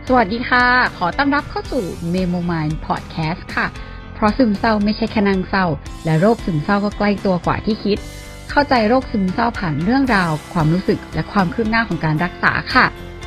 สวัสดีค่ะขอต้อนรับเข้าสู่ Memo Mind Podcast ค่ะเพราะซึมเศร้าไม่ใช่แค่นางเศร้าและโรคซึมเศร้าก็ใกล้ตัวกว่าที่คิดเข้าใจโรคซึมเศร้าผ่านเรื่องราวความรู้สึกและความคืบหน้าของการรักษาค่ะ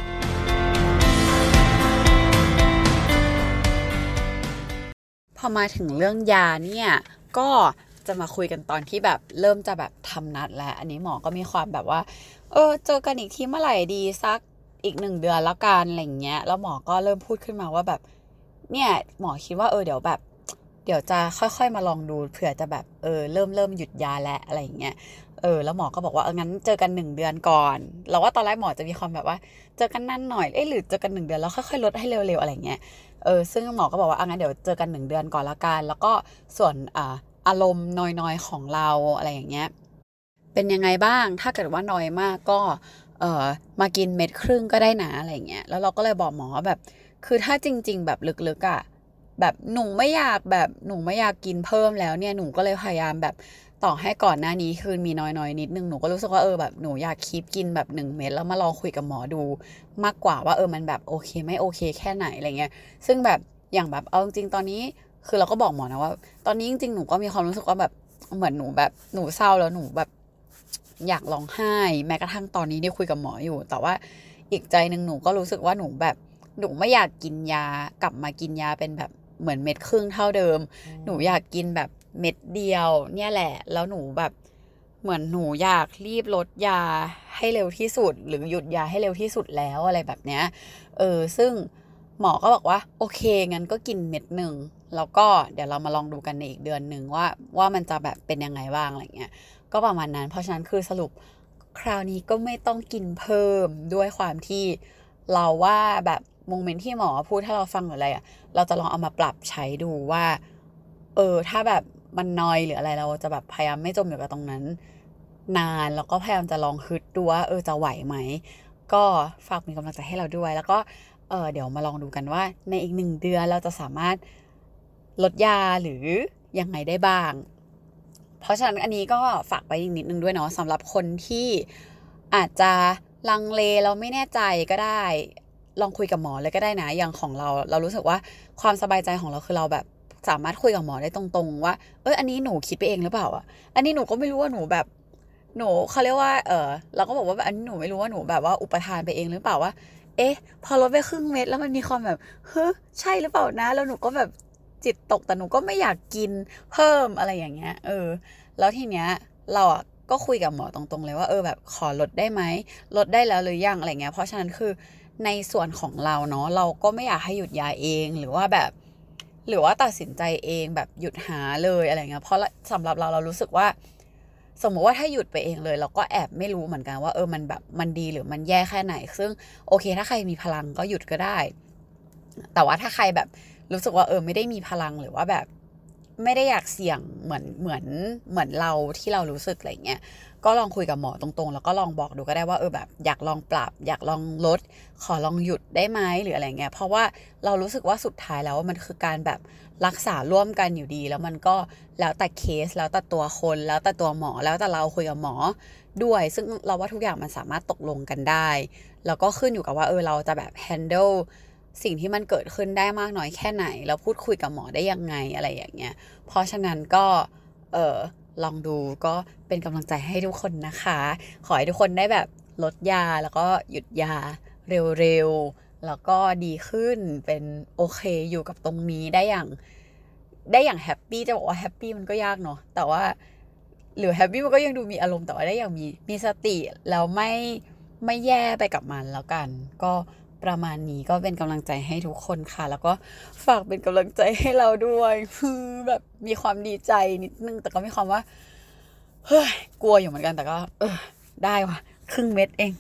พอมาถึงเรื่องยาเนี่ยก็จะมาคุยกันตอนที่แบบเริ่มจะแบบทำนัดแล้วอันนี้หมอก็มีความแบบว่าเจอกันอีกทีเมื่อไหร่ดีสักอีก1 เดือนแล้วกันอะไรเงี้ยแล้วหมอก็เริ่มพูดขึ้นมาว่าแบบเนี่ยหมอคิดว่าเดี๋ยวจะค่อยๆมาลองดูเผื่อจะแบบเริ่มหยุดยาแล้วอะไรเงี้ยแล้วหมอก็บอกว่างั้นเจอกัน1 เดือนก่อนเราว่าตอนแรกหมอจะมีความแบบว่าเจอกันนานหน่อยหรือเจอกัน1 เดือนแล้วค่อยๆลดให้เร็วๆอะไรเงี้ยซึ่งหมอก็บอกว่างั้นเดี๋ยวเจอกัน1 เดือนก่อนละกันแล้วก็ส่วนอารมณ์นอยๆของเราอะไรอย่างเงี้ยเป็นยังไงบ้างถ้าเกิดว่านอยมากก็มากินเม็ดครึ่งก็ได้นะอะไรเงี้ยแล้วเราก็เลยบอกหมอว่าแบบคือถ้าจริงๆแบบลึกๆอ่ะแบบหนูไม่อยากกินเพิ่มแล้วเนี่ยหนูก็เลยพยายามแบบต่อให้ก่อนหน้านี้คือมีน้อยๆนิดนึงหนูก็รู้สึกว่าแบบหนูอยากคีปกินแบบ1 เม็ดแล้วมาลองคุยกับหมอดูมากกว่าว่ามันแบบโอเคไม่โอเคแค่ไหนอะไรเงี้ยซึ่งแบบอย่างแบบเอาจริงๆตอนนี้คือเราก็บอกหมอนะว่าตอนนี้จริงๆหนูก็มีความรู้สึกว่าแบบเหมือนหนูแบบหนูเศร้าแล้วหนูแบบอยากร้องไห้แม้กระทั่งตอนนี้ได้คุยกับหมออยู่แต่ว่าอีกใจนึงหนูก็รู้สึกว่าหนูแบบหนูไม่อยากกินยากลับมากินยาเป็นแบบเหมือนเม็ดครึ่งเท่าเดิมหนูอยากกินแบบเม็ดเดียวเนี่ยแหละแล้วหนูแบบเหมือนหนูอยากรีบลดยาให้เร็วที่สุดหรือหยุดยาให้เร็วที่สุดแล้วอะไรแบบเนี้ยซึ่งหมอก็บอกว่าโอเคงั้นก็กินเม็ดนึงแล้วก็เดี๋ยวเรามาลองดูกันในอีกเดือนนึงว่ามันจะแบบเป็นยังไงบ้างอะไรเงี้ยก็ประมาณนั้นเพราะฉะนั้นคือสรุปคราวนี้ก็ไม่ต้องกินเพิ่มด้วยความที่เราว่าแบบโมเมนต์ที่หมอพูดถ้าเราฟังหรืออะไรเราจะลองเอามาปรับใช้ดูว่าถ้าแบบมันนอยหรืออะไรเราจะแบบพยายามไม่จมอยู่กับตรงนั้นนานแล้วก็พยายามจะลองฮึดดูว่าจะไหวไหมก็ฝากเป็นกำลังใจให้เราด้วยแล้วก็เดี๋ยวมาลองดูกันว่าในอีก1 เดือนเราจะสามารถลดยาหรือยังไงได้บ้างเพราะฉะนั้นอันนี้ก็ฝากไปอีกนิดนึงด้วยเนาะสำหรับคนที่อาจจะลังเลเราไม่แน่ใจก็ได้ลองคุยกับหมอเลยก็ได้นะอย่างของเรารู้สึกว่าความสบายใจของเราคือเราแบบสามารถคุยกับหมอได้ตรงๆว่าอันนี้หนูคิดไปเองหรือเปล่าอันนี้หนูก็ไม่รู้ว่าหนูแบบหนูเขาเรียกว่าเราก็บอกว่าอันนี้หนูไม่รู้ว่าหนูแบบว่าอุปทานไปเองหรือเปล่าว่าพอลดไปครึ่งเม็ดแล้วมันมีความแบบใช่หรือเปล่านะแล้วหนูก็แบบจิตตกแต่หนูก็ไม่อยากกินเพิ่มอะไรอย่างเงี้ยแล้วทีเนี้ยเราก็คุยกับหมอตรงๆเลยว่าแบบขอลดได้ไหมลดได้แล้วหรือยังอะไรเงี้ยเพราะฉะนั้นคือในส่วนของเราเนาะเราก็ไม่อยากให้หยุดยาเองหรือว่าตัดสินใจเองแบบหยุดหาเลยอะไรเงี้ยเพราะสำหรับเรารู้สึกว่าสมมติว่าถ้าหยุดไปเองเลยเราก็แอบไม่รู้เหมือนกันว่ามันแบบมันดีหรือมันแย่แค่ไหนซึ่งโอเคถ้าใครมีพลังก็หยุดก็ได้แต่ว่าถ้าใครแบบรู้สึกว่าไม่ได้มีพลังหรือว่าแบบไม่ได้อยากเสี่ยงเหมือนเราที่เรารู้สึกอะไรเงี้ยก็ลองคุยกับหมอตรงๆแล้วก็ลองบอกดูก็ได้ว่าแบบอยากลองปรับอยากลองลดขอลองหยุดได้ไหมหรืออะไรเงี้ยเพราะว่าเรารู้สึกว่าสุดท้ายแล้วมันคือการแบบรักษาร่วมกันอยู่ดีแล้วมันก็แล้วแต่เคสแล้วแต่ตัวคนแล้วแต่ตัวหมอแล้วแต่เราคุยกับหมอด้วยซึ่งเราว่าทุกอย่างมันสามารถตกลงกันได้แล้วก็ขึ้นอยู่กับว่าเราจะแบบ handleสิ่งที่มันเกิดขึ้นได้มากน้อยแค่ไหนแล้วพูดคุยกับหมอได้ยังไงอะไรอย่างเงี้ยเพราะฉะนั้นก็ลองดูก็เป็นกำลังใจให้ทุกคนนะคะขอให้ทุกคนได้แบบลดยาแล้วก็หยุดยาเร็วๆแล้วก็ดีขึ้นเป็นโอเคอยู่กับตรงนี้ได้อย่างแฮปปี้จะบอกว่าแฮปปี้มันก็ยากเนาะแต่ว่าหรือแฮปปี้มันก็ยังดูมีอารมณ์แต่ว่าได้อย่างมีสติแล้วไม่แย่ไปกับมันแล้วกันก็ประมาณนี้ก็เป็นกำลังใจให้ทุกคนค่ะแล้วก็ฝากเป็นกำลังใจให้เราด้วยคือแบบมีความดีใจนิดนึงแต่ก็มีความว่าเฮ้ยกลัวอยู่เหมือนกันแต่ก็ได้ว่ะครึ่งเม็ดเอง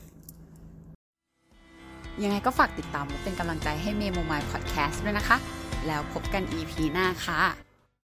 ยังไงก็ฝากติดตามและเป็นกำลังใจให้ Memo My Podcast ด้วยนะคะแล้วพบกัน EP หน้าค่ะ